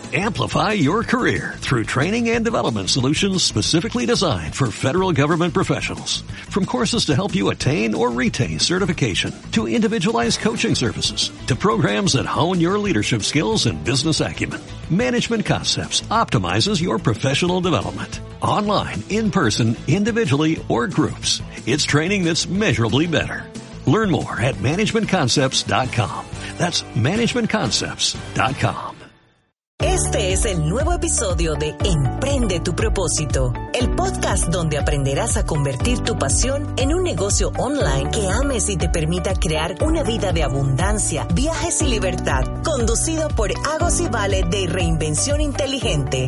Amplify your career through training and development solutions specifically designed for federal government professionals. From courses to help you attain or retain certification, to individualized coaching services, to programs that hone your leadership skills and business acumen, Management Concepts optimizes your professional development. Online, in person, individually, or groups, it's training that's measurably better. Learn more at managementconcepts.com. That's managementconcepts.com. Este es el nuevo episodio de Emprende tu propósito, el podcast donde aprenderás a convertir tu pasión en un negocio online que ames y te permita crear una vida de abundancia, viajes y libertad, conducido por Agos y Vale de Reinvención Inteligente.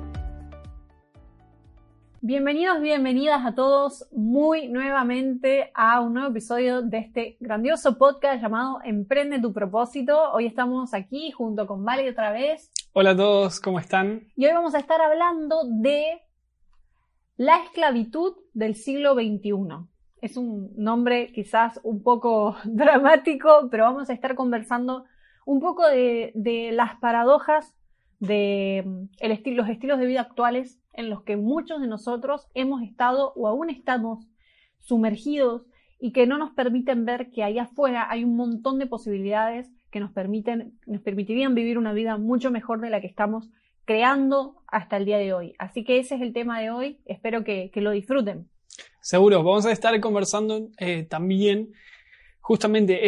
Bienvenidos, bienvenidas a todos muy nuevamente a un nuevo episodio de este grandioso podcast llamado Emprende tu propósito. Hoy estamos aquí junto con Vale otra vez. Hola a todos, ¿cómo están? Y hoy vamos a estar hablando de la esclavitud del siglo XXI. Es un nombre quizás un poco dramático, pero vamos a estar conversando un poco de las paradojas de los estilos de vida actuales en los que muchos de nosotros hemos estado o aún estamos sumergidos y que no nos permiten ver que ahí afuera hay un montón de posibilidades que nos permitirían vivir una vida mucho mejor de la que estamos creando hasta el día de hoy. Así que ese es el tema de hoy. Espero que lo disfruten. Seguro, vamos a estar conversando también justamente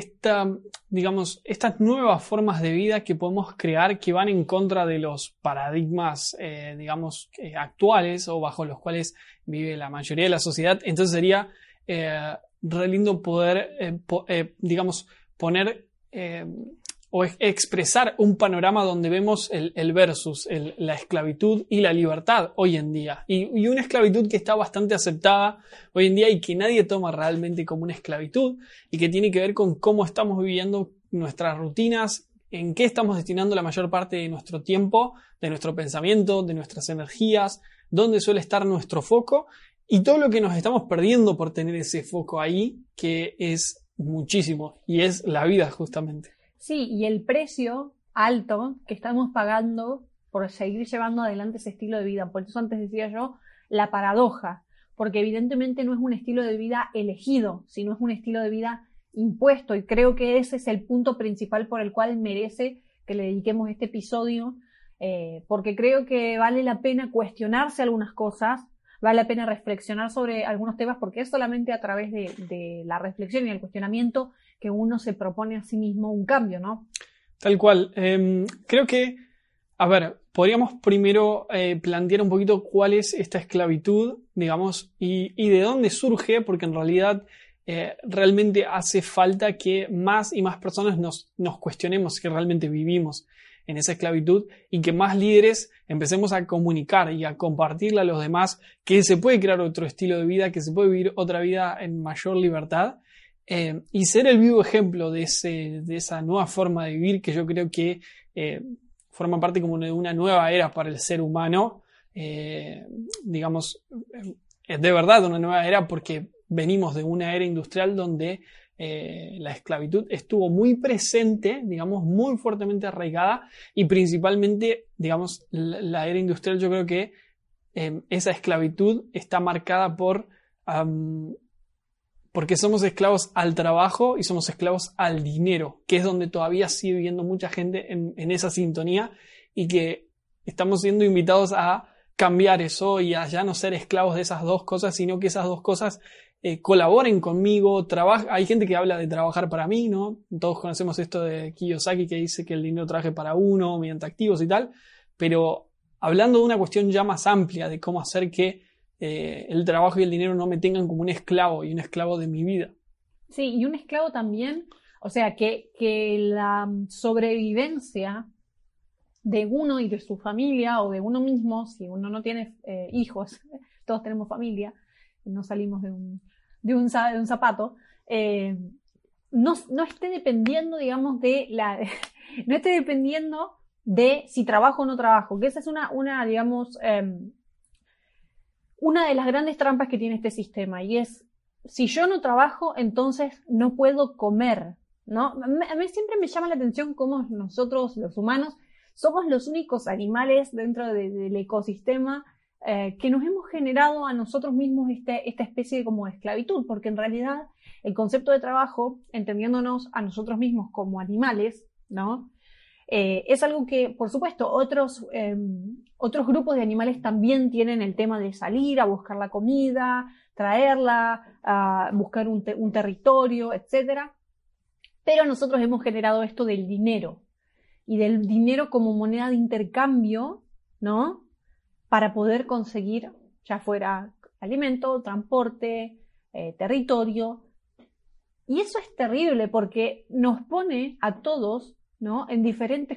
estas nuevas formas de vida que podemos crear que van en contra de los paradigmas, actuales o bajo los cuales vive la mayoría de la sociedad. Entonces sería re lindo poder, poner o expresar un panorama donde vemos el versus, la esclavitud y la libertad hoy en día. Y una esclavitud que está bastante aceptada hoy en día y que nadie toma realmente como una esclavitud y que tiene que ver con cómo estamos viviendo nuestras rutinas, en qué estamos destinando la mayor parte de nuestro tiempo, de nuestro pensamiento, de nuestras energías, dónde suele estar nuestro foco y todo lo que nos estamos perdiendo por tener ese foco ahí, que es muchísimo y es la vida justamente. Sí, y el precio alto que estamos pagando por seguir llevando adelante ese estilo de vida. Por eso antes decía yo la paradoja, porque evidentemente no es un estilo de vida elegido, sino es un estilo de vida impuesto, y creo que ese es el punto principal por el cual merece que le dediquemos este episodio, porque creo que vale la pena cuestionarse algunas cosas, vale la pena reflexionar sobre algunos temas, porque es solamente a través de la reflexión y el cuestionamiento que uno se propone a sí mismo un cambio, ¿no? Tal cual. Creo que, podríamos primero plantear un poquito cuál es esta esclavitud, digamos, y de dónde surge, porque en realidad realmente hace falta que más y más personas nos cuestionemos que realmente vivimos en esa esclavitud y que más líderes empecemos a comunicar y a compartirle a los demás que se puede crear otro estilo de vida, que se puede vivir otra vida en mayor libertad, y ser el vivo ejemplo de esa nueva forma de vivir que yo creo que forma parte como de una nueva era para el ser humano, es de verdad una nueva era porque venimos de una era industrial donde la esclavitud estuvo muy presente, digamos, muy fuertemente arraigada, y principalmente, digamos, la era industrial, yo creo que esa esclavitud está marcada porque somos esclavos al trabajo y somos esclavos al dinero, que es donde todavía sigue viviendo mucha gente en esa sintonía, y que estamos siendo invitados a cambiar eso y a ya no ser esclavos de esas dos cosas, sino que esas dos cosas colaboren conmigo. Hay gente que habla de trabajar para mí, ¿no? Todos conocemos esto de Kiyosaki, que dice que el dinero trabaje para uno mediante activos y tal, pero hablando de una cuestión ya más amplia de cómo hacer que el trabajo y el dinero no me tengan como un esclavo y un esclavo de mi vida. Sí, y un esclavo también, o sea, que la sobrevivencia de uno y de su familia o de uno mismo, si uno no tiene hijos, todos tenemos familia, no salimos de un zapato, no esté dependiendo, digamos, no esté dependiendo de si trabajo o no trabajo, que esa es una digamos, una de las grandes trampas que tiene este sistema, y es, si yo no trabajo, entonces no puedo comer, ¿no? A mí siempre me llama la atención cómo nosotros, los humanos, somos los únicos animales dentro del ecosistema que nos hemos generado a nosotros mismos esta especie como de esclavitud, porque en realidad el concepto de trabajo, entendiéndonos a nosotros mismos como animales, ¿no? Es algo que, por supuesto, otros grupos de animales también tienen el tema de salir a buscar la comida, traerla, a buscar un territorio, etc. Pero nosotros hemos generado esto del dinero, y del dinero como moneda de intercambio, ¿no? Para poder conseguir, ya fuera alimento, transporte, territorio. Y eso es terrible porque nos pone a todos, ¿no? En diferentes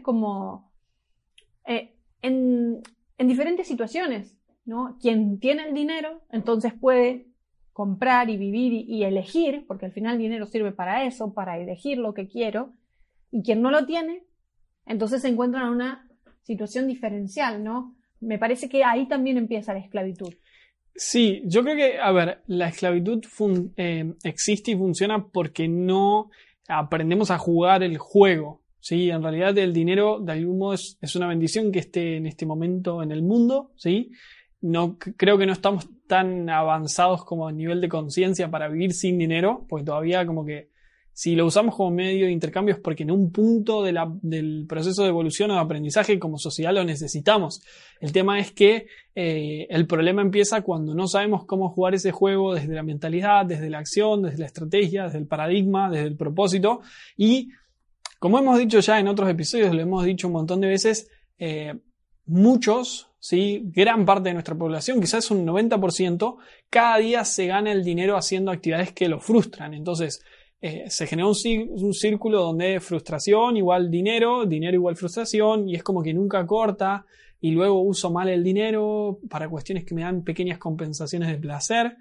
en diferentes situaciones, ¿no? Quien tiene el dinero, entonces puede comprar y vivir y elegir, porque al final el dinero sirve para eso, para elegir lo que quiero. Y quien no lo tiene, entonces se encuentra en una situación diferencial, ¿no? Me parece que ahí también empieza la esclavitud. Sí, yo creo que, a ver, la esclavitud existe y funciona porque no aprendemos a jugar el juego, ¿sí? En realidad el dinero de algún modo es una bendición que esté en este momento en el mundo, ¿sí? No, creo que no estamos tan avanzados como a nivel de conciencia para vivir sin dinero, porque todavía como que si lo usamos como medio de intercambio es porque en un punto del proceso de evolución o de aprendizaje como sociedad lo necesitamos. El tema es que el problema empieza cuando no sabemos cómo jugar ese juego desde la mentalidad, desde la acción, desde la estrategia, desde el paradigma, desde el propósito. Y como hemos dicho ya en otros episodios, lo hemos dicho un montón de veces, muchos, ¿sí? Gran parte de nuestra población, quizás un 90%, cada día se gana el dinero haciendo actividades que lo frustran. Entonces, se genera un círculo donde frustración igual dinero, dinero igual frustración, y es como que nunca corta, y luego uso mal el dinero para cuestiones que me dan pequeñas compensaciones de placer.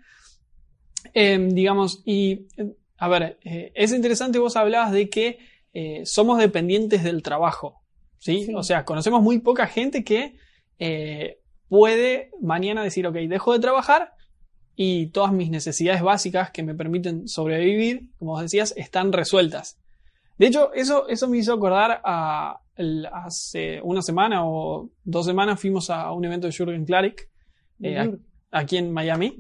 A ver, es interesante, vos hablabas de que somos dependientes del trabajo, ¿sí? Sí. O sea, conocemos muy poca gente que puede mañana decir, ok, dejo de trabajar, y todas mis necesidades básicas que me permiten sobrevivir, como vos decías, están resueltas. De hecho, eso me hizo acordar hace una semana o 2 semanas fuimos a un evento de Jürgen Klarik, aquí en Miami,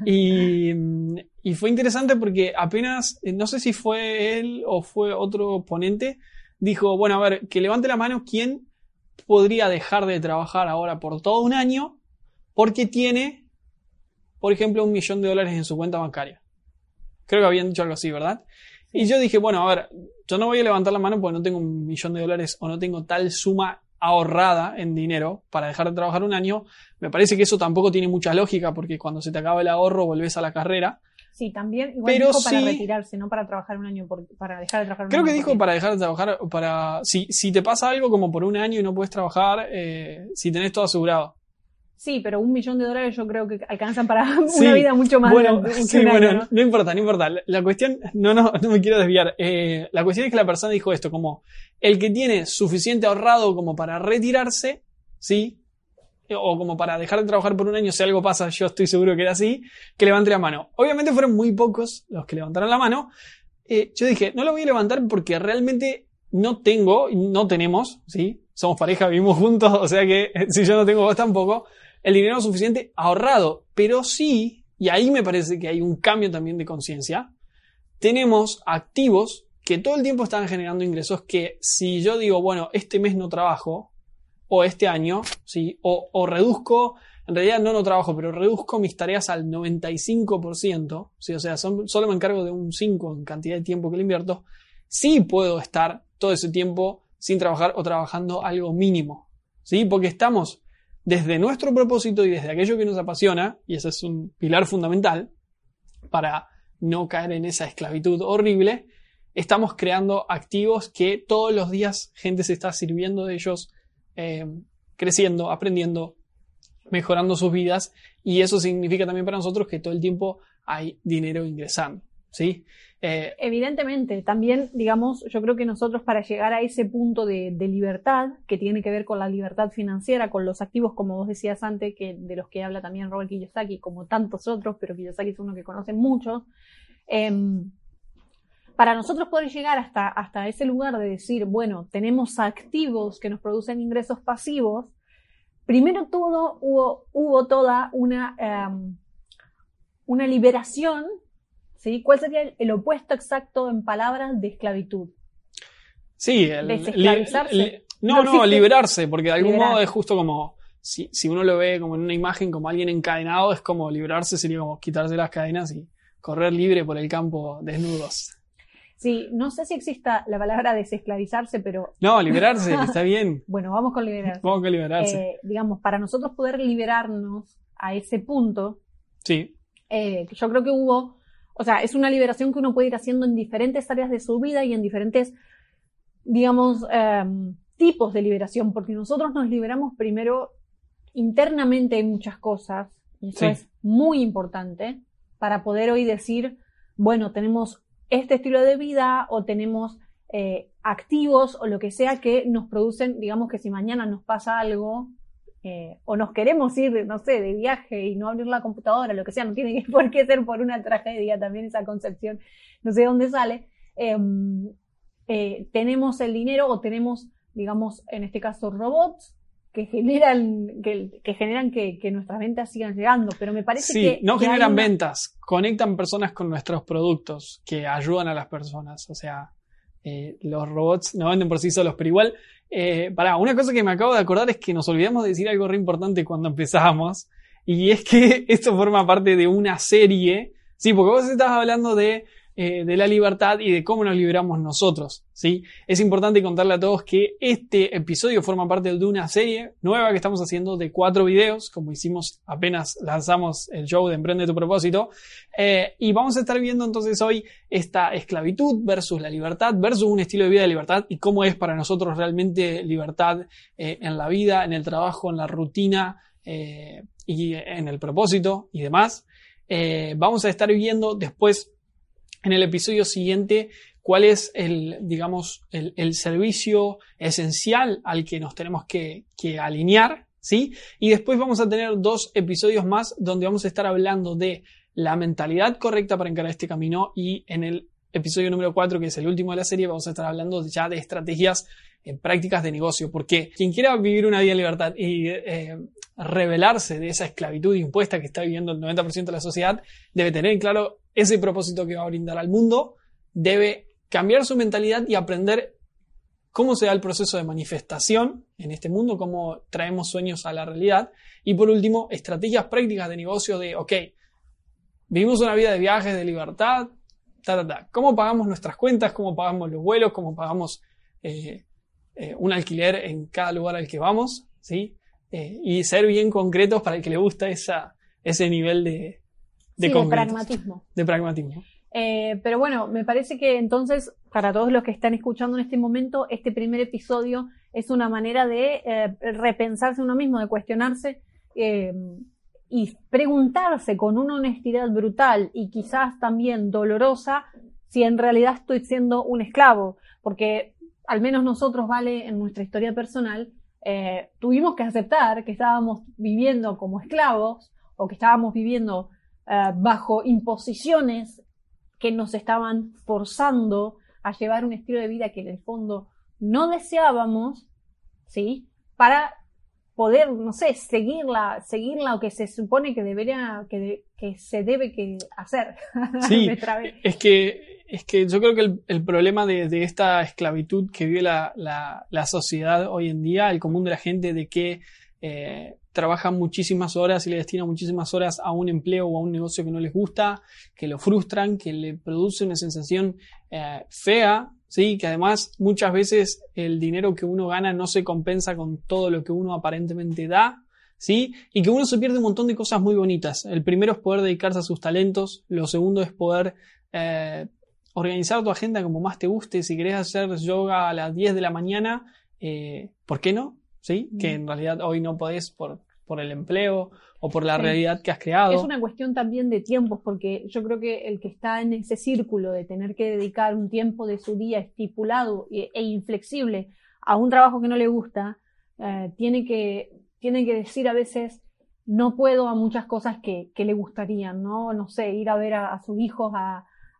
y fue interesante porque apenas, no sé si fue él o fue otro ponente, dijo, bueno, a ver, que levante la mano quién podría dejar de trabajar ahora por todo un año porque tiene, por ejemplo, $1 millón en su cuenta bancaria. Creo que habían dicho algo así, ¿verdad? Sí. Y yo dije, bueno, a ver, yo no voy a levantar la mano porque no tengo $1 millón o no tengo tal suma ahorrada en dinero para dejar de trabajar un año. Me parece que eso tampoco tiene mucha lógica porque cuando se te acaba el ahorro volvés a la carrera. Sí, también igual dijo para retirarse, no para trabajar un año, para dejar de trabajar un año. Creo que dijo para dejar de trabajar, si te pasa algo como por un año y no puedes trabajar, si tenés todo asegurado. Sí, pero $1 millón yo creo que alcanzan para una vida mucho más grande. Bueno, no importa. La cuestión, no me quiero desviar. La cuestión es que la persona dijo esto, como el que tiene suficiente ahorrado como para retirarse, ¿sí? O como para dejar de trabajar por un año, si algo pasa, yo estoy seguro que era así, que levante la mano. Obviamente fueron muy pocos los que levantaron la mano. Yo dije, no lo voy a levantar porque realmente no tenemos, ¿sí? Somos pareja, vivimos juntos, o sea que si yo no tengo, vos tampoco, el dinero suficiente ahorrado, pero sí, y ahí me parece que hay un cambio también de conciencia, tenemos activos que todo el tiempo están generando ingresos que si yo digo, bueno, este mes no trabajo, o este año, ¿sí? o reduzco, en realidad no trabajo, pero reduzco mis tareas al 95%, ¿sí? O sea, solo me encargo de un 5% en cantidad de tiempo que le invierto, sí puedo estar todo ese tiempo sin trabajar o trabajando algo mínimo, ¿sí? Porque estamos desde nuestro propósito y desde aquello que nos apasiona, y ese es un pilar fundamental para no caer en esa esclavitud horrible, estamos creando activos que todos los días gente se está sirviendo de ellos, creciendo, aprendiendo, mejorando sus vidas, y eso significa también para nosotros que todo el tiempo hay dinero ingresando, ¿sí? Evidentemente, también, digamos, yo creo que nosotros para llegar a ese punto de libertad, que tiene que ver con la libertad financiera, con los activos, como vos decías antes, que de los que habla también Robert Kiyosaki, como tantos otros, pero Kiyosaki es uno que conocen muchos, para nosotros poder llegar hasta ese lugar de decir, bueno, tenemos activos que nos producen ingresos pasivos, primero todo hubo toda una liberación, ¿sí? ¿Cuál sería el opuesto exacto en palabras de esclavitud? Sí, desesclavizarse. Liberarse, porque de algún modo es justo como, si uno lo ve como en una imagen, como alguien encadenado, es como liberarse, sería como quitarse las cadenas y correr libre por el campo desnudos. Sí, no sé si exista la palabra desesclavizarse, pero... No, liberarse, está bien. Bueno, vamos con liberarse. Vamos con liberarse. Digamos, para nosotros poder liberarnos a ese punto, sí. Yo creo que es una liberación que uno puede ir haciendo en diferentes áreas de su vida y en diferentes, digamos, tipos de liberación, porque nosotros nos liberamos primero internamente en muchas cosas, y eso es muy importante, para poder hoy decir, bueno, tenemos este estilo de vida o tenemos activos o lo que sea que nos producen, digamos que si mañana nos pasa algo o nos queremos ir, no sé, de viaje y no abrir la computadora, lo que sea, no tiene por qué ser por una tragedia, también esa concepción, no sé de dónde sale, tenemos el dinero o tenemos, digamos, en este caso robots que generan que nuestras ventas sigan llegando, pero me parece que... Sí, no generan ventas, conectan personas con nuestros productos que ayudan a las personas, o sea, los robots no venden por sí solos, pero igual, una cosa que me acabo de acordar es que nos olvidamos de decir algo re importante cuando empezamos, y es que esto forma parte de una serie, sí, porque vos estabas hablando de la libertad y de cómo nos liberamos nosotros, ¿sí? Es importante contarle a todos que este episodio forma parte de una serie nueva que estamos haciendo de 4 videos, como hicimos apenas lanzamos el show de Emprende tu propósito, y vamos a estar viendo entonces hoy esta esclavitud versus la libertad, versus un estilo de vida de libertad y cómo es para nosotros realmente libertad en la vida, en el trabajo, en la rutina y en el propósito y demás. Vamos a estar viendo después en el episodio siguiente cuál es el servicio esencial al que nos tenemos que alinear, ¿sí? Y después vamos a tener 2 episodios más donde vamos a estar hablando de la mentalidad correcta para encarar este camino, y en el episodio número 4, que es el último de la serie, vamos a estar hablando ya de estrategias prácticas de negocio, porque quien quiera vivir una vida en libertad y rebelarse de esa esclavitud impuesta que está viviendo el 90% de la sociedad, debe tener en claro ese propósito que va a brindar al mundo, debe cambiar su mentalidad y aprender cómo se da el proceso de manifestación en este mundo, cómo traemos sueños a la realidad, y por último, estrategias prácticas de negocio de, vivimos una vida de viajes, de libertad, ¿cómo pagamos nuestras cuentas? ¿Cómo pagamos los vuelos? ¿Cómo pagamos un alquiler en cada lugar al que vamos? ¿Sí? Y ser bien concretos para el que le gusta ese nivel de pragmatismo. De pragmatismo. Pero bueno, me parece que entonces, para todos los que están escuchando en este momento, este primer episodio es una manera de repensarse uno mismo, de cuestionarse y preguntarse con una honestidad brutal y quizás también dolorosa si en realidad estoy siendo un esclavo. Porque al menos nosotros, Vale, en nuestra historia personal, tuvimos que aceptar que estábamos viviendo como esclavos o que estábamos viviendo bajo imposiciones que nos estaban forzando a llevar un estilo de vida que en el fondo no deseábamos, ¿sí? Para poder, no sé, seguirla o que se supone que debería, que se debe hacer. Sí, es que yo creo que el problema de esta esclavitud que vive la sociedad hoy en día, el común de la gente, de que trabaja muchísimas horas y le destina muchísimas horas a un empleo o a un negocio que no les gusta, que lo frustran, que le produce una sensación fea, ¿sí? Que además muchas veces el dinero que uno gana no se compensa con todo lo que uno aparentemente da, ¿sí? Y que uno se pierde un montón de cosas muy bonitas. El primero es poder dedicarse a sus talentos, lo segundo es poder organizar tu agenda como más te guste. Si querés hacer yoga a las 10 de la mañana, ¿por qué no? ¿Sí? Que en realidad hoy no podés por el empleo o por la realidad que has creado. Es una cuestión también de tiempos, porque yo creo que el que está en ese círculo de tener que dedicar un tiempo de su día estipulado e inflexible a un trabajo que no le gusta, tiene que decir a veces no puedo a muchas cosas que le gustarían, ¿no? No sé, ir a ver a sus hijos a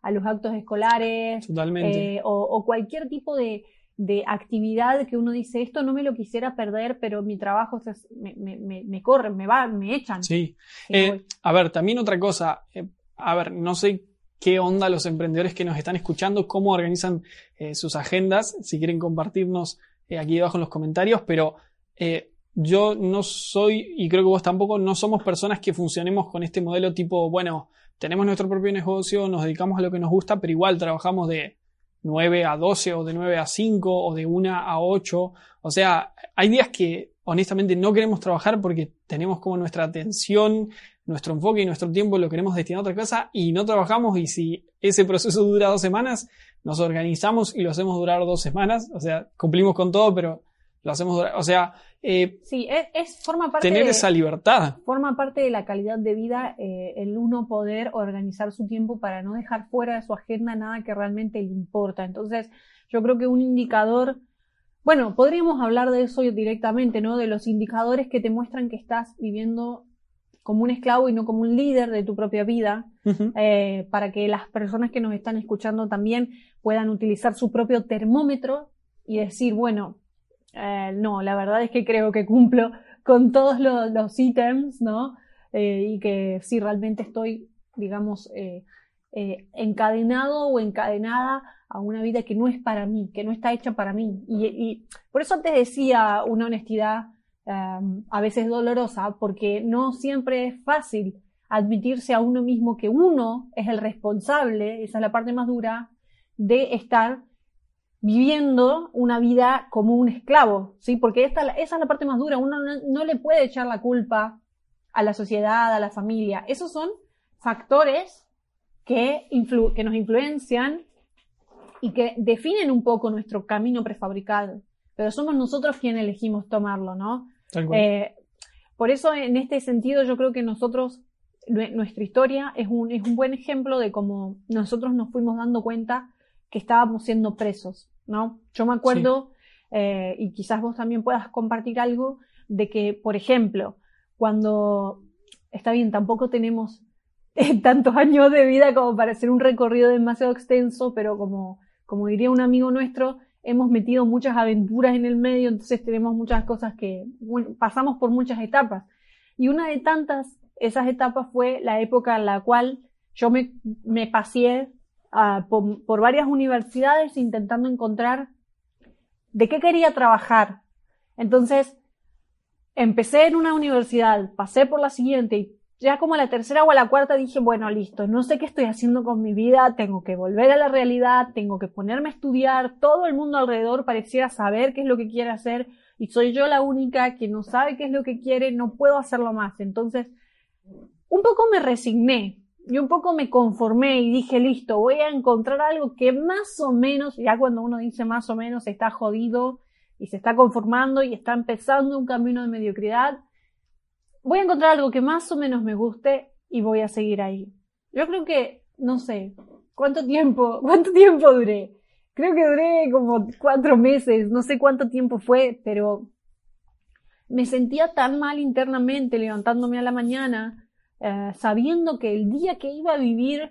a los actos escolares, Totalmente. o cualquier tipo de actividad que uno dice, esto no me lo quisiera perder, pero mi trabajo me corren, me echan. Sí. Sí, A ver, también otra cosa, a ver, no sé qué onda los emprendedores que nos están escuchando, cómo organizan sus agendas, si quieren compartirnos aquí debajo en los comentarios, pero yo no soy, y creo que vos tampoco, no somos personas que funcionemos con este modelo tipo, bueno, tenemos nuestro propio negocio, nos dedicamos a lo que nos gusta, pero igual trabajamos de 9 a 12 o de 9 a 5 o de 1 a 8. O sea, hay días que honestamente no queremos trabajar porque tenemos como nuestra atención, nuestro enfoque y nuestro tiempo lo queremos destinar a otra cosa y no trabajamos, y si ese proceso dura 2 semanas, nos organizamos y lo hacemos durar 2 semanas. O sea, cumplimos con todo, pero lo hacemos durar. O sea, sí, forma parte tener esa libertad. Forma parte de la calidad de vida, el uno poder organizar su tiempo para no dejar fuera de su agenda nada que realmente le importa. Entonces, yo creo que un indicador, bueno, podríamos hablar de eso directamente, ¿no? De los indicadores que te muestran que estás viviendo como un esclavo y no como un líder de tu propia vida, para que las personas que nos están escuchando también puedan utilizar su propio termómetro y decir, bueno, no, la verdad es que creo que cumplo con todos los ítems, ¿no? Y que sí, realmente estoy, digamos, encadenado o encadenada a una vida que no es para mí, que no está hecha para mí. Y por eso te decía una honestidad a veces dolorosa, porque no siempre es fácil admitirse a uno mismo que uno es el responsable, esa es la parte más dura, de estar viviendo una vida como un esclavo, ¿sí? Porque esa es la parte más dura. Uno no le puede echar la culpa a la sociedad, a la familia. Esos son factores que nos influencian y que definen un poco nuestro camino prefabricado. Pero somos nosotros quienes elegimos tomarlo, ¿no? Por eso, en este sentido, yo creo que nuestra historia es un buen ejemplo de cómo nosotros nos fuimos dando cuenta que estábamos siendo presos, ¿no? Yo me acuerdo, y quizás vos también puedas compartir algo, de que, por ejemplo, cuando, está bien, tampoco tenemos tantos años de vida como para hacer un recorrido demasiado extenso, pero como diría un amigo nuestro, hemos metido muchas aventuras en el medio, entonces tenemos muchas cosas pasamos por muchas etapas. Y una de esas etapas fue la época en la cual yo me paseé por varias universidades intentando encontrar de qué quería trabajar. Entonces, empecé en una universidad, pasé por la siguiente y ya como a la tercera o a la cuarta dije, bueno, listo, no sé qué estoy haciendo con mi vida, tengo que volver a la realidad, tengo que ponerme a estudiar, todo el mundo alrededor pareciera saber qué es lo que quiere hacer y soy yo la única que no sabe qué es lo que quiere, no puedo hacerlo más. Entonces, un poco me resigné y un poco me conformé y dije, listo, voy a encontrar algo que más o menos, ya cuando uno dice más o menos, está jodido y se está conformando y está empezando un camino de mediocridad, voy a encontrar algo que más o menos me guste y voy a seguir ahí. Yo creo que, no sé, ¿cuánto tiempo duré? Creo que duré como 4 meses, no sé cuánto tiempo fue, pero me sentía tan mal internamente levantándome a la mañana, sabiendo que el día que iba a vivir,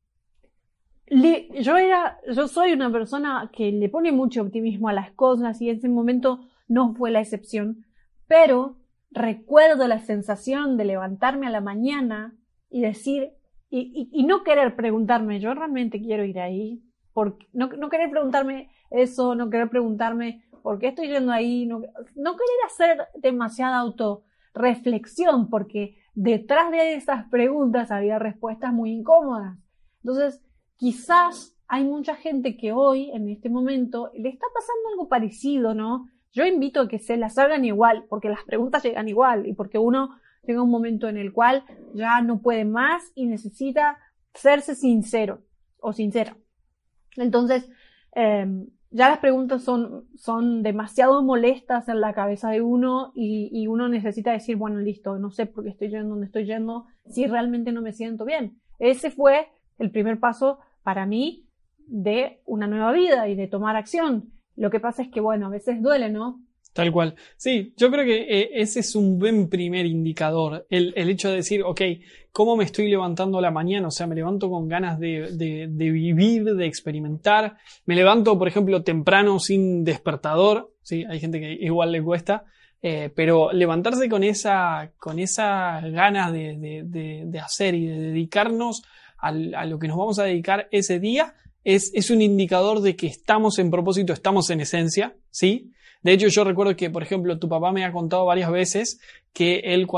yo soy una persona que le pone mucho optimismo a las cosas y en ese momento no fue la excepción, pero recuerdo la sensación de levantarme a la mañana y decir, y no querer preguntarme, yo realmente quiero ir ahí, no querer preguntarme eso, no querer preguntarme por qué estoy yendo ahí, no querer hacer demasiada autorreflexión, porque detrás de esas preguntas había respuestas muy incómodas. Entonces, quizás hay mucha gente que hoy, en este momento, le está pasando algo parecido, ¿no? Yo invito a que se las hagan igual, porque las preguntas llegan igual y porque uno llega un momento en el cual ya no puede más y necesita serse sincero o sincera. Entonces, ya las preguntas son demasiado molestas en la cabeza de uno y uno necesita decir, bueno, listo, no sé por qué estoy yendo donde estoy yendo, si realmente no me siento bien. Ese fue el primer paso para mí de una nueva vida y de tomar acción. Lo que pasa es que, bueno, a veces duele, ¿no? Tal cual. Sí, yo creo que ese es un buen primer indicador. El hecho de decir, ok, ¿cómo me estoy levantando a la mañana? O sea, me levanto con ganas de vivir, de experimentar. Me levanto, por ejemplo, temprano sin despertador. Sí, hay gente que igual le cuesta. Pero levantarse con esa ganas de hacer y de dedicarnos a lo que nos vamos a dedicar ese día es un indicador de que estamos en propósito, estamos en esencia, ¿sí? De hecho, yo recuerdo que, por ejemplo, tu papá me ha contado varias veces que él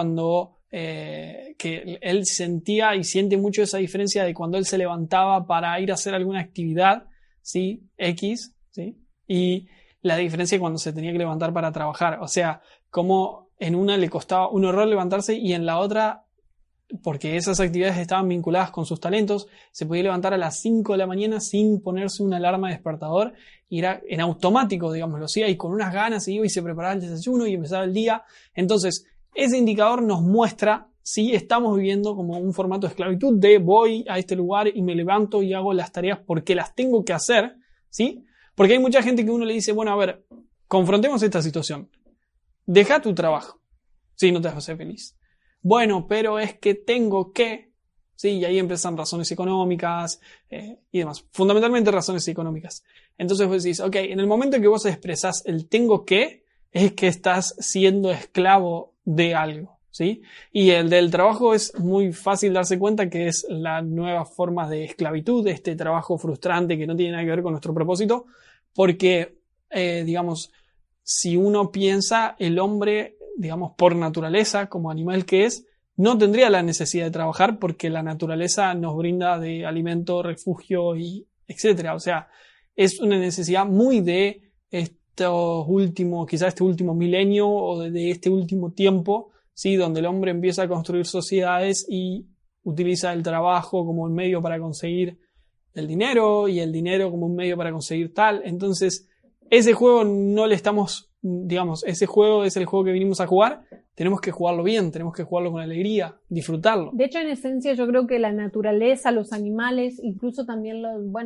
que él sentía y siente mucho esa diferencia de cuando él se levantaba para ir a hacer alguna actividad, ¿sí? X, ¿sí? Y la diferencia cuando se tenía que levantar para trabajar. O sea, como en una le costaba un horror levantarse y en la otra, porque esas actividades estaban vinculadas con sus talentos, se podía levantar a las 5 de la mañana sin ponerse una alarma despertador y era en automático, digámoslo así, y con unas ganas se iba y se preparaba el desayuno y empezaba el día. Entonces, ese indicador nos muestra si estamos viviendo como un formato de esclavitud de voy a este lugar y me levanto y hago las tareas porque las tengo que hacer, ¿sí? Porque hay mucha gente que uno le dice, bueno, a ver, confrontemos esta situación. Deja tu trabajo, si no te vas a hacer feliz. Bueno, pero es que tengo que, sí, y ahí empiezan razones económicas y demás. Fundamentalmente razones económicas. Entonces vos decís, ok, en el momento en que vos expresás el tengo que, es que estás siendo esclavo de algo, ¿sí? Y el del trabajo es muy fácil darse cuenta que es la nueva forma de esclavitud, este trabajo frustrante que no tiene nada que ver con nuestro propósito, porque, digamos, si uno piensa, el hombre, digamos, por naturaleza, como animal que es, no tendría la necesidad de trabajar porque la naturaleza nos brinda de alimento, refugio y etcétera. O sea, es una necesidad muy de quizás este último milenio o de este último tiempo, ¿sí? Donde el hombre empieza a construir sociedades y utiliza el trabajo como un medio para conseguir el dinero y el dinero como un medio para conseguir tal. Entonces, ese juego no le estamos, digamos, ese juego es el juego que vinimos a jugar, tenemos que jugarlo bien, tenemos que jugarlo con alegría, disfrutarlo. De hecho, en esencia, yo creo que la naturaleza, los animales, incluso también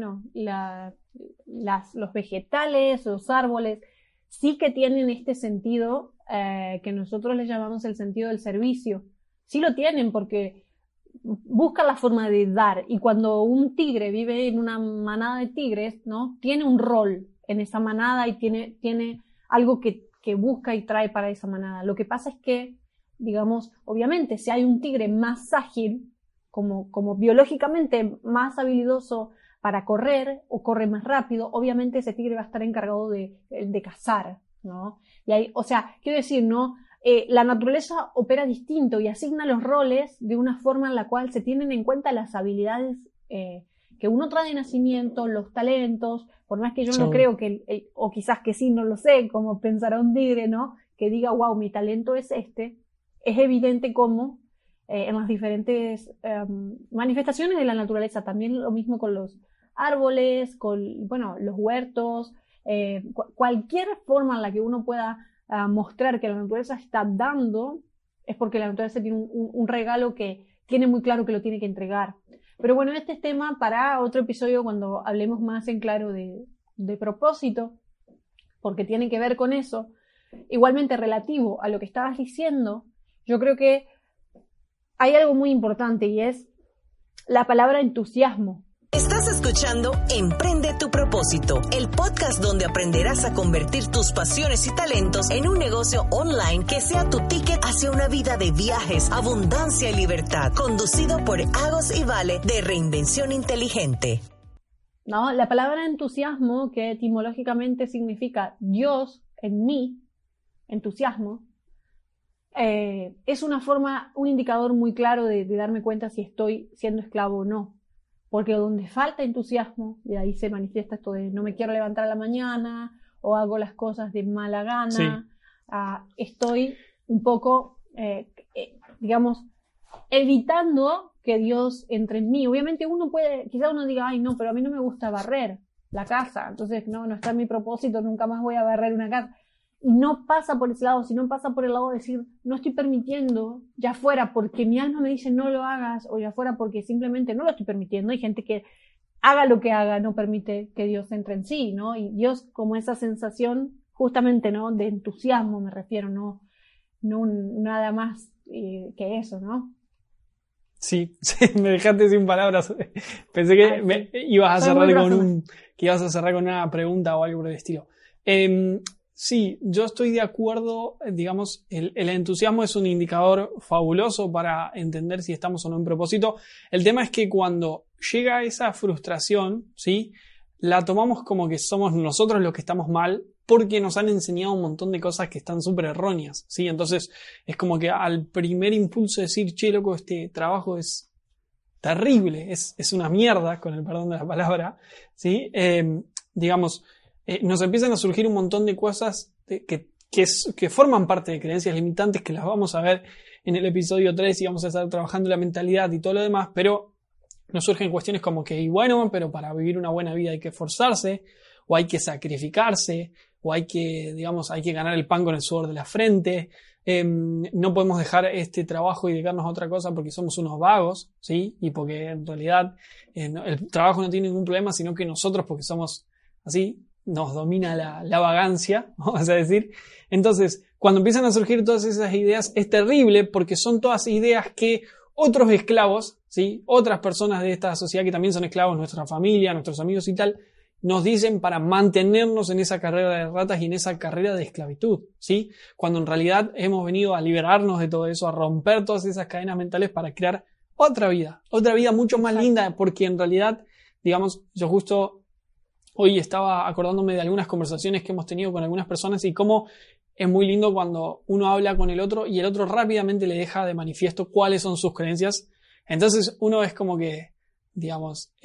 los vegetales, los árboles, sí que tienen este sentido que nosotros le llamamos el sentido del servicio. Sí lo tienen porque buscan la forma de dar, y cuando un tigre vive en una manada de tigres, ¿no? Tiene un rol en esa manada y tiene algo que busca y trae para esa manada. Lo que pasa es que, digamos, obviamente, si hay un tigre más ágil, como biológicamente más habilidoso para correr o corre más rápido, obviamente ese tigre va a estar encargado de cazar, ¿no? Y ahí, o sea, quiero decir, ¿no? La naturaleza opera distinto y asigna los roles de una forma en la cual se tienen en cuenta las habilidades que uno trae de nacimiento, los talentos, por más que yo no creo que, o quizás que sí, no lo sé, como pensará un tigre, ¿no? Que diga, wow, mi talento es este. Es evidente cómo en las diferentes manifestaciones de la naturaleza, también lo mismo con los árboles, con, bueno, los huertos, cualquier forma en la que uno pueda mostrar que la naturaleza está dando, es porque la naturaleza tiene un regalo que tiene muy claro que lo tiene que entregar. Pero bueno, este es tema para otro episodio cuando hablemos más en claro de propósito, porque tiene que ver con eso. Igualmente, relativo a lo que estabas diciendo, yo creo que hay algo muy importante y es la palabra entusiasmo. Estás escuchando Emprende tu propósito, el podcast donde aprenderás a convertir tus pasiones y talentos en un negocio online que sea tu ticket hacia una vida de viajes, abundancia y libertad, conducido por Agos y Vale de Reinvención Inteligente. ¿No? La palabra entusiasmo, que etimológicamente significa Dios en mí, entusiasmo, es una forma, un indicador muy claro de darme cuenta si estoy siendo esclavo o no. Porque donde falta entusiasmo, y ahí se manifiesta esto de no me quiero levantar a la mañana, o hago las cosas de mala gana, sí. Estoy un poco, digamos, evitando que Dios entre en mí. Obviamente uno puede, quizá uno diga, ay no, pero a mí no me gusta barrer la casa, entonces no está en mi propósito, nunca más voy a barrer una casa. Y no pasa por ese lado, sino pasa por el lado de decir, no estoy permitiendo, ya fuera porque mi alma me dice no lo hagas, o ya fuera porque simplemente no lo estoy permitiendo. Hay gente que haga lo que haga, no permite que Dios entre en sí, ¿no? Y Dios, como esa sensación justamente, ¿no? De entusiasmo me refiero, no nada más que eso, ¿no? Sí, me dejaste sin palabras. Pensé que ibas a cerrar con una pregunta o algo por el estilo. Sí, yo estoy de acuerdo, digamos, el entusiasmo es un indicador fabuloso para entender si estamos o no en propósito. El tema es que cuando llega esa frustración, ¿sí? La tomamos como que somos nosotros los que estamos mal porque nos han enseñado un montón de cosas que están súper erróneas, ¿sí? Entonces es como que al primer impulso de decir, che, loco, este trabajo es terrible, es una mierda, con el perdón de la palabra, ¿sí? Digamos, nos empiezan a surgir un montón de cosas que forman parte de creencias limitantes, que las vamos a ver en el episodio 3 y vamos a estar trabajando la mentalidad y todo lo demás, pero nos surgen cuestiones como que, y bueno, pero para vivir una buena vida hay que esforzarse, o hay que sacrificarse, o hay que ganar el pan con el sudor de la frente, no podemos dejar este trabajo y dedicarnos a otra cosa porque somos unos vagos, ¿sí? Y porque en realidad el trabajo no tiene ningún problema, sino que nosotros, porque somos así, nos domina la vagancia, vamos a decir. Entonces, cuando empiezan a surgir todas esas ideas, es terrible porque son todas ideas que otros esclavos, ¿sí? Otras personas de esta sociedad que también son esclavos, nuestra familia, nuestros amigos y tal, nos dicen para mantenernos en esa carrera de ratas y en esa carrera de esclavitud, ¿sí? Cuando en realidad hemos venido a liberarnos de todo eso, a romper todas esas cadenas mentales para crear otra vida mucho más linda, porque en realidad, digamos, yo justo hoy estaba acordándome de algunas conversaciones que hemos tenido con algunas personas y cómo es muy lindo cuando uno habla con el otro y el otro rápidamente le deja de manifiesto cuáles son sus creencias. Entonces uno es como que, digamos,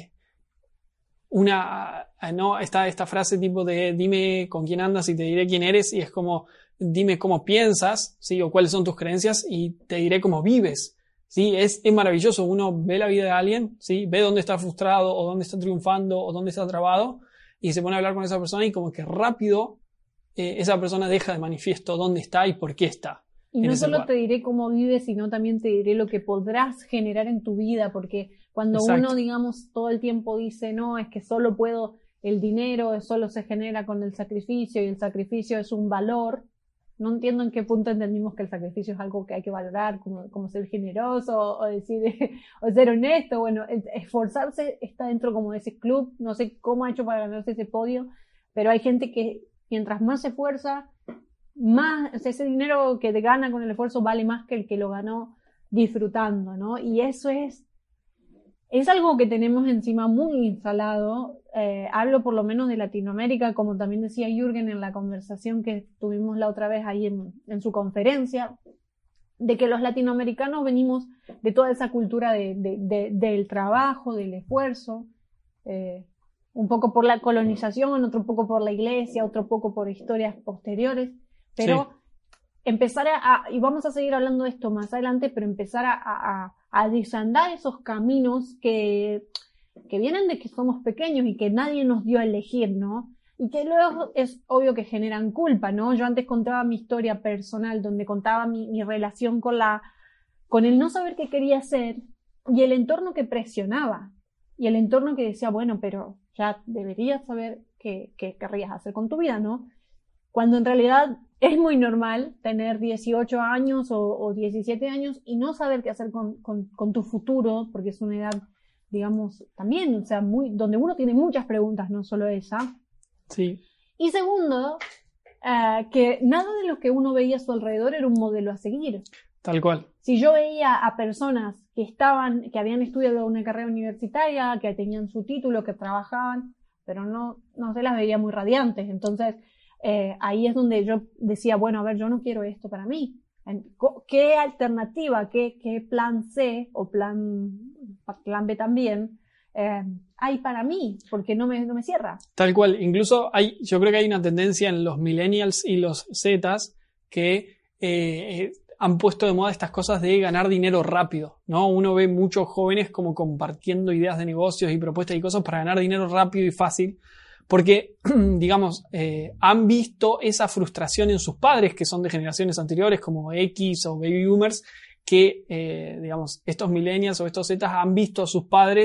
¿no? Está esta frase tipo de dime con quién andas y te diré quién eres, y es como dime cómo piensas, ¿sí? O cuáles son tus creencias y te diré cómo vives, ¿sí? Es maravilloso, uno ve la vida de alguien, ¿sí? Ve dónde está frustrado o dónde está triunfando o dónde está trabado y se pone a hablar con esa persona y como que rápido esa persona deja de manifiesto dónde está y por qué está. Y no solo te diré cómo vives, sino también te diré lo que podrás generar en tu vida, porque cuando uno, digamos, todo el tiempo dice, no, es que solo puedo, el dinero solo se genera con el sacrificio y el sacrificio es un valor, no entiendo en qué punto entendimos que el sacrificio es algo que hay que valorar, como ser generoso o decir, o ser honesto. Bueno, esforzarse está dentro como de ese club, no sé cómo ha hecho para ganarse ese podio, pero hay gente que mientras más se esfuerza, más, o sea, ese dinero que te gana con el esfuerzo vale más que el que lo ganó disfrutando, ¿no? Y eso es algo que tenemos encima muy instalado. Hablo por lo menos de Latinoamérica, como también decía Jürgen en la conversación que tuvimos la otra vez ahí en su conferencia, de que los latinoamericanos venimos de toda esa cultura del trabajo, del esfuerzo, un poco por la colonización, otro poco por la iglesia, otro poco por historias posteriores, pero sí. Y vamos a seguir hablando de esto más adelante, pero empezar a desandar esos caminos que vienen de que somos pequeños y que nadie nos dio a elegir, ¿no? Y que luego es obvio que generan culpa, ¿no? Yo antes contaba mi historia personal, donde contaba mi relación con el no saber qué quería hacer y el entorno que presionaba. Y el entorno que decía, bueno, pero ya deberías saber qué querrías hacer con tu vida, ¿no? Cuando en realidad es muy normal tener 18 años o 17 años y no saber qué hacer con tu futuro, porque es una edad, digamos, también, o sea, donde uno tiene muchas preguntas, no solo esa. Sí. Y segundo, que nada de lo que uno veía a su alrededor era un modelo a seguir. Tal cual. Si yo veía a personas que habían estudiado una carrera universitaria, que tenían su título, que trabajaban, pero no se las veía muy radiantes. Entonces, ahí es donde yo decía, bueno, a ver, yo no quiero esto para mí. ¿Qué alternativa, qué plan C o plan B también hay para mí? Porque no me cierra. Tal cual. Incluso yo creo que hay una tendencia en los millennials y los Zetas que han puesto de moda estas cosas de ganar dinero rápido, ¿no? Uno ve muchos jóvenes como compartiendo ideas de negocios y propuestas y cosas para ganar dinero rápido y fácil, porque, digamos, han visto esa frustración en sus padres, que son de generaciones anteriores, como X o Baby Boomers, que, digamos, estos millennials o estos Zetas han visto a sus padres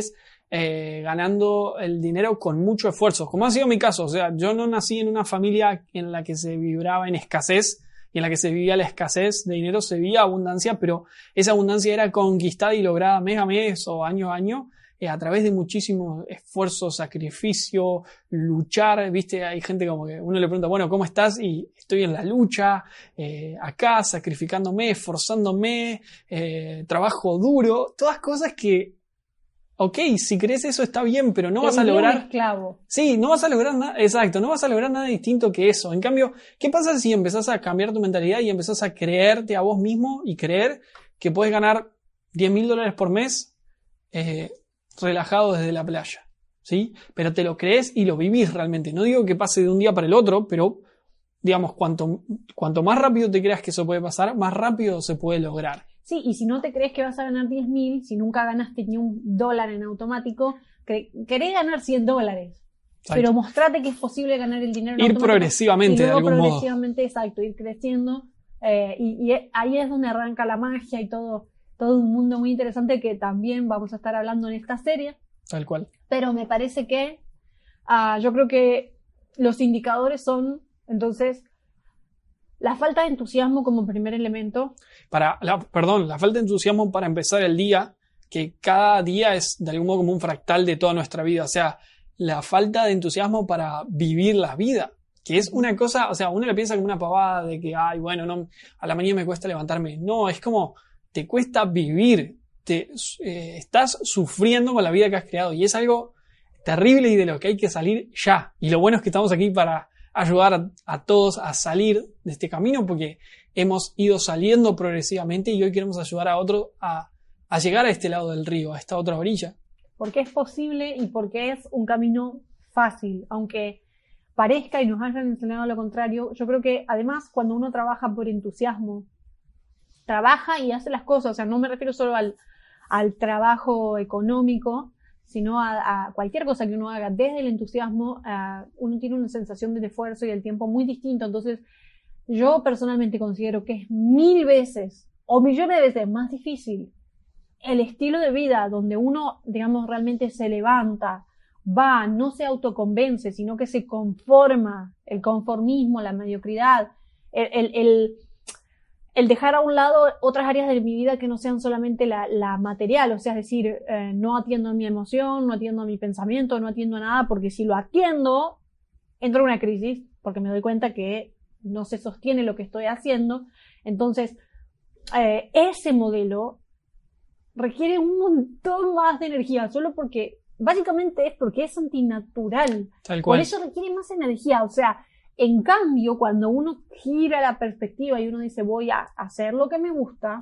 ganando el dinero con mucho esfuerzo, como ha sido mi caso. O sea, yo no nací en una familia en la que se vibraba en escasez y en la que se vivía la escasez de dinero, se vivía abundancia, pero esa abundancia era conquistada y lograda mes a mes o año a año a través de muchísimo esfuerzo, sacrificio, luchar, ¿viste? Hay gente como que uno le pregunta, bueno, ¿cómo estás? Y estoy en la lucha, acá, sacrificándome, esforzándome, trabajo duro, todas cosas que, ok, si crees eso está bien, pero no vas a lograr... Un esclavo. Sí, no vas a lograr nada, exacto, no vas a lograr nada distinto que eso. En cambio, ¿qué pasa si empezás a cambiar tu mentalidad y empezás a creerte a vos mismo y creer que puedes ganar $10,000 por mes relajado desde la playa? ¿Sí? Pero te lo crees y lo vivís realmente. No digo que pase de un día para el otro, pero digamos, cuanto más rápido te creas que eso puede pasar, más rápido se puede lograr. Sí, y si no te crees que vas a ganar 10.000, si nunca ganaste ni $1 en automático, querés ganar $100. Exacto. Pero mostrate que es posible ganar el dinero en ir automático. Progresivamente, y luego de algún progresivamente, modo. Exacto, ir creciendo. Y ahí es donde arranca la magia y todo un mundo muy interesante que también vamos a estar hablando en esta serie. Tal cual. Pero me parece que yo creo que los indicadores son, entonces, la falta de entusiasmo como primer elemento. La falta de entusiasmo para empezar el día, que cada día es de algún modo como un fractal de toda nuestra vida. O sea, la falta de entusiasmo para vivir la vida, que es una cosa, o sea, uno le piensa como una pavada de que, ay, bueno, no, a la mañana me cuesta levantarme. No, es como, te cuesta vivir, estás sufriendo con la vida que has creado y es algo terrible y de lo que hay que salir ya. Y lo bueno es que estamos aquí para ayudar a todos a salir de este camino porque hemos ido saliendo progresivamente y hoy queremos ayudar a otros a llegar a este lado del río, a esta otra orilla. Porque es posible y porque es un camino fácil, aunque parezca y nos hayan enseñado lo contrario. Yo creo que además cuando uno trabaja por entusiasmo, trabaja y hace las cosas, o sea, no me refiero solo al trabajo económico, sino a cualquier cosa que uno haga desde el entusiasmo, uno tiene una sensación de esfuerzo y el tiempo muy distinto. Entonces, yo personalmente considero que es 1000 veces o millones de veces más difícil el estilo de vida donde uno, digamos, realmente se levanta, va, no se autoconvence, sino que se conforma, el conformismo, la mediocridad, el dejar a un lado otras áreas de mi vida que no sean solamente la material, o sea, es decir, no atiendo a mi emoción, no atiendo a mi pensamiento, no atiendo a nada, porque si lo atiendo, entro en una crisis, porque me doy cuenta que no se sostiene lo que estoy haciendo. Entonces, ese modelo requiere un montón más de energía, solo porque, básicamente es porque es antinatural. Tal cual. Por eso requiere más energía, o sea, en cambio, cuando uno gira la perspectiva y uno dice voy a hacer lo que me gusta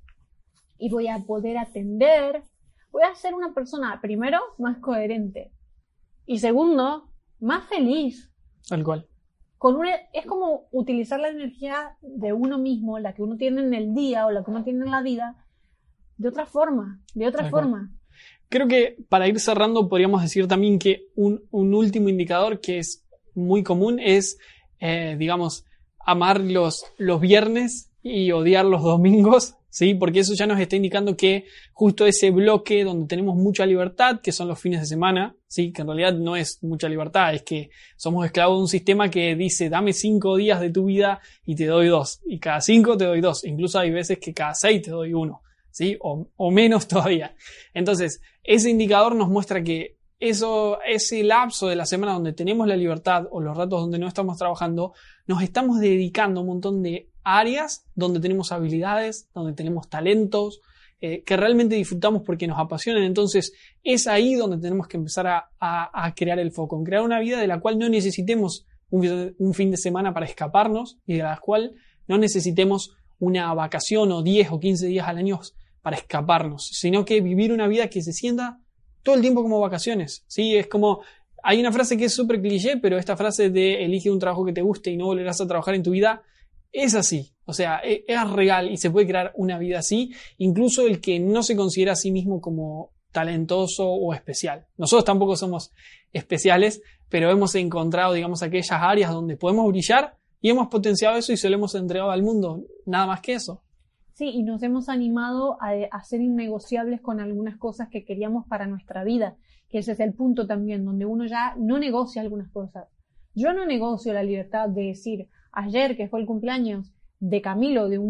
y voy a poder atender, voy a ser una persona, primero, más coherente y segundo, más feliz. Tal cual. Es como utilizar la energía de uno mismo, la que uno tiene en el día o la que uno tiene en la vida, de otra forma. Tal cual. Creo que para ir cerrando podríamos decir también que un último indicador que es muy común es, digamos, amar los viernes y odiar los domingos, ¿sí? Porque eso ya nos está indicando que justo ese bloque donde tenemos mucha libertad, que son los fines de semana, ¿sí? Que en realidad no es mucha libertad, es que somos esclavos de un sistema que dice, dame 5 días de tu vida y te doy 2, y cada 5 te doy 2, incluso hay veces que cada 6 te doy 1, ¿sí? O menos todavía. Entonces, ese indicador nos muestra que ese lapso de la semana donde tenemos la libertad o los ratos donde no estamos trabajando, nos estamos dedicando a un montón de áreas donde tenemos habilidades, donde tenemos talentos, que realmente disfrutamos porque nos apasionan. Entonces es ahí donde tenemos que empezar a crear el foco, en crear una vida de la cual no necesitemos un fin de semana para escaparnos y de la cual no necesitemos una vacación o 10 o 15 días al año para escaparnos, sino que vivir una vida que se sienta todo el tiempo como vacaciones, ¿sí? Es como, hay una frase que es súper cliché, pero esta frase de elige un trabajo que te guste y no volverás a trabajar en tu vida, es así, o sea, es real y se puede crear una vida así, incluso el que no se considera a sí mismo como talentoso o especial. Nosotros tampoco somos especiales, pero hemos encontrado, digamos, aquellas áreas donde podemos brillar y hemos potenciado eso y se lo hemos entregado al mundo, nada más que eso. Sí, y nos hemos animado a ser innegociables con algunas cosas que queríamos para nuestra vida. que ese es el punto también, donde uno ya no negocia algunas cosas. Yo no negocio la libertad de decir, ayer que fue el cumpleaños de Camilo, de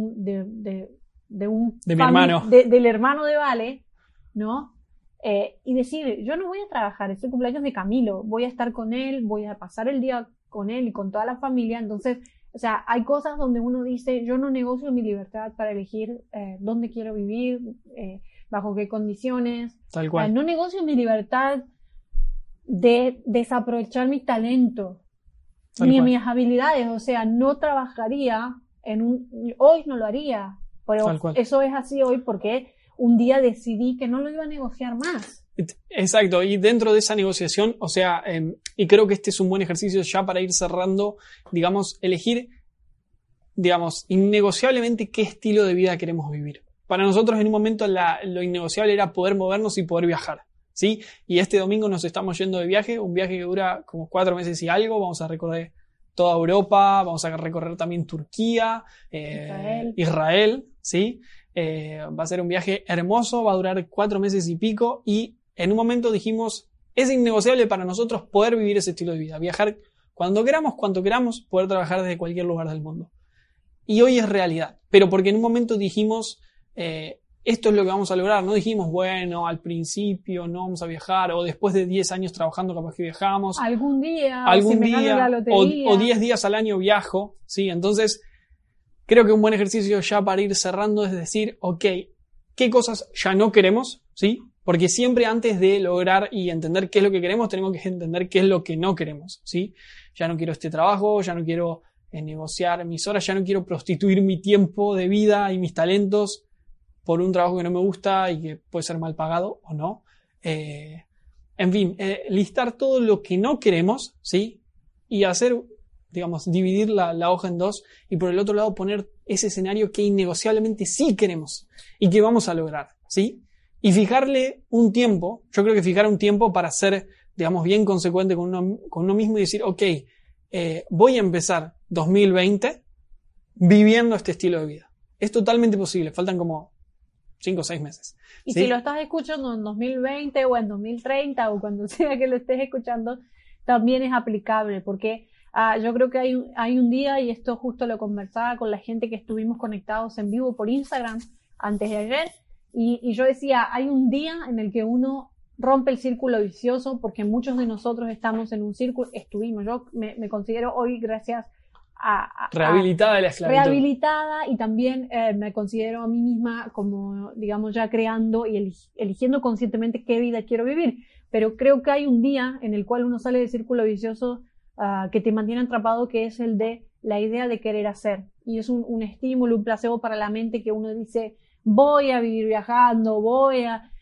mi hermano, del hermano de Vale, ¿no? Y decir, yo no voy a trabajar, es el cumpleaños de Camilo, voy a estar con él, voy a pasar el día con él y con toda la familia. Entonces, o sea, hay cosas donde uno dice, yo no negocio mi libertad para elegir dónde quiero vivir, bajo qué condiciones. Tal cual. No negocio mi libertad de desaprovechar mi talento, ni mis habilidades. O sea, no trabajaría hoy no lo haría, pero eso es así hoy porque un día decidí que no lo iba a negociar más. Exacto, y dentro de esa negociación, o sea, y creo que este es un buen ejercicio ya para ir cerrando, digamos, elegir, digamos, innegociablemente qué estilo de vida queremos vivir. Para nosotros en un momento lo innegociable era poder movernos y poder viajar, ¿sí? Y este domingo nos estamos yendo de viaje, un viaje que dura como 4 meses y algo, vamos a recorrer toda Europa, vamos a recorrer también Turquía, Israel, ¿sí? Va a ser un viaje hermoso, va a durar 4 meses y pico, y en un momento dijimos, es innegociable para nosotros poder vivir ese estilo de vida, viajar cuando queramos, cuanto queramos, poder trabajar desde cualquier lugar del mundo. Y hoy es realidad, pero porque en un momento dijimos, esto es lo que vamos a lograr, no dijimos, bueno, al principio no vamos a viajar, o después de 10 años trabajando capaz que viajamos. Algún día, la lotería, o 10 días al año viajo, ¿sí? Entonces, creo que un buen ejercicio ya para ir cerrando es decir, ok, ¿qué cosas ya no queremos? ¿Sí? Porque siempre antes de lograr y entender qué es lo que queremos, tenemos que entender qué es lo que no queremos, ¿sí? Ya no quiero este trabajo, ya no quiero negociar mis horas, ya no quiero prostituir mi tiempo de vida y mis talentos por un trabajo que no me gusta y que puede ser mal pagado o no. En fin, listar todo lo que no queremos, ¿sí? Y hacer, digamos, dividir la hoja en dos y por el otro lado poner ese escenario que innegociablemente sí queremos y que vamos a lograr, ¿sí? Y fijarle un tiempo, yo creo que fijar un tiempo para ser, digamos, bien consecuente con uno mismo y decir, ok, voy a empezar 2020 viviendo este estilo de vida. Es totalmente posible, faltan como 5 o 6 meses. Y ¿sí? si lo estás escuchando en 2020 o en 2030 o cuando sea que lo estés escuchando, también es aplicable porque yo creo que hay un día, y esto justo lo conversaba con la gente que estuvimos conectados en vivo por Instagram antes de ayer, y yo decía, hay un día en el que uno rompe el círculo vicioso porque muchos de nosotros estamos en un círculo, yo me considero hoy, gracias rehabilitada de la esclavitud. Rehabilitada, y también me considero a mí misma como, digamos, ya creando y eligiendo conscientemente qué vida quiero vivir. Pero creo que hay un día en el cual uno sale del círculo vicioso que te mantiene atrapado, que es el de la idea de querer hacer. Y es un estímulo, un placebo para la mente que uno dice, voy a vivir viajando, voy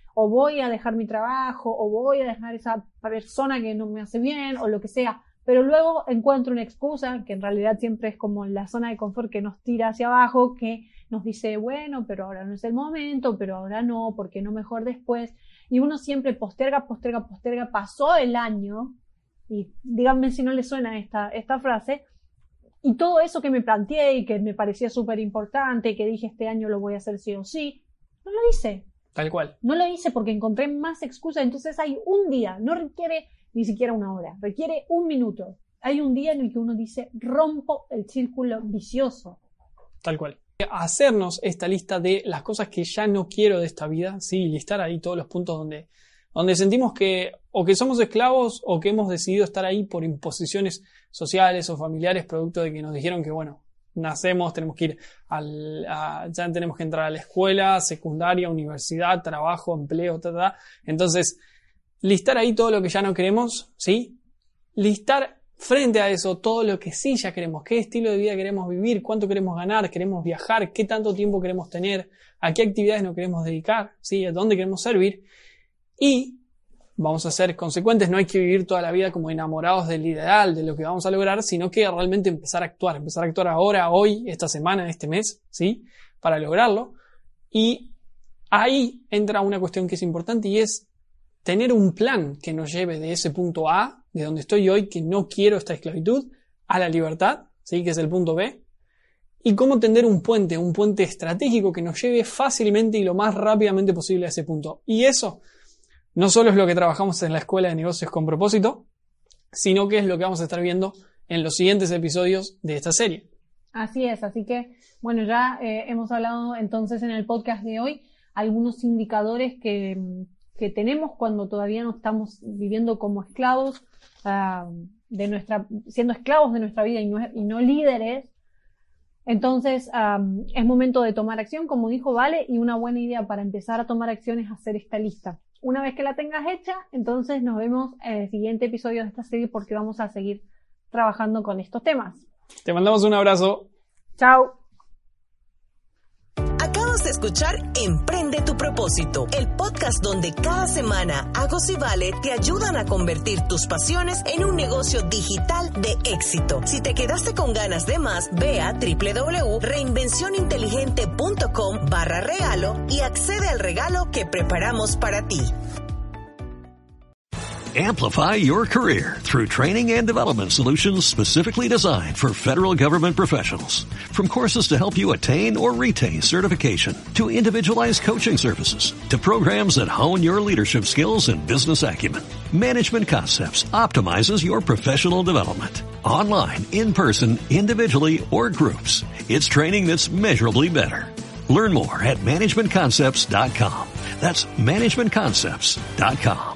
a dejar mi trabajo, o voy a dejar esa persona que no me hace bien, o lo que sea. Pero luego encuentro una excusa, que en realidad siempre es como la zona de confort que nos tira hacia abajo, que nos dice, bueno, pero ahora no es el momento, pero ahora no, ¿por qué no mejor después? Y uno siempre posterga, pasó el año, y díganme si no les suena esta frase, y todo eso que me planteé y que me parecía súper importante, y que dije este año lo voy a hacer sí o sí, no lo hice. Tal cual. No lo hice porque encontré más excusas. Entonces hay un día, no requiere ni siquiera una hora, requiere un minuto. Hay un día en el que uno dice, rompo el círculo vicioso. Tal cual. Hacernos esta lista de las cosas que ya no quiero de esta vida, sí, listar ahí todos los puntos donde sentimos que o que somos esclavos o que hemos decidido estar ahí por imposiciones sociales o familiares, producto de que nos dijeron que, bueno, nacemos, tenemos que ir ya tenemos que entrar a la escuela, secundaria, universidad, trabajo, empleo, Entonces, listar ahí todo lo que ya no queremos, ¿sí? Listar frente a eso todo lo que sí ya queremos, qué estilo de vida queremos vivir, cuánto queremos ganar, queremos viajar, qué tanto tiempo queremos tener, a qué actividades nos queremos dedicar, ¿sí? A dónde queremos servir. Y vamos a ser consecuentes, no hay que vivir toda la vida como enamorados del ideal, de lo que vamos a lograr, sino que realmente empezar a actuar ahora, hoy, esta semana, este mes, ¿sí? Para lograrlo. Y ahí entra una cuestión que es importante y es tener un plan que nos lleve de ese punto A, de donde estoy hoy, que no quiero esta esclavitud, a la libertad, ¿sí? Que es el punto B. Y cómo tender un puente estratégico que nos lleve fácilmente y lo más rápidamente posible a ese punto. Y eso no solo es lo que trabajamos en la Escuela de Negocios con Propósito, sino que es lo que vamos a estar viendo en los siguientes episodios de esta serie. Así es, así que, bueno, ya hemos hablado entonces en el podcast de hoy algunos indicadores que tenemos cuando todavía no estamos viviendo como esclavos, siendo esclavos de nuestra vida y no líderes. Entonces, es momento de tomar acción, como dijo Vale, y una buena idea para empezar a tomar acción es hacer esta lista. Una vez que la tengas hecha, entonces nos vemos en el siguiente episodio de esta serie porque vamos a seguir trabajando con estos temas. Te mandamos un abrazo. Chao. Acabas de escuchar Emprende tu propósito, el podcast donde cada semana Agos y Vale te ayudan a convertir tus pasiones en un negocio digital de éxito. Si te quedaste con ganas de más, ve a www.reinvencioninteligente.com/regalo y accede al regalo que preparamos para ti. Amplify your career through training and development solutions specifically designed for federal government professionals. From courses to help you attain or retain certification, to individualized coaching services, to programs that hone your leadership skills and business acumen, Management Concepts optimizes your professional development. Online, in person, individually, or groups, it's training that's measurably better. Learn more at managementconcepts.com. That's managementconcepts.com.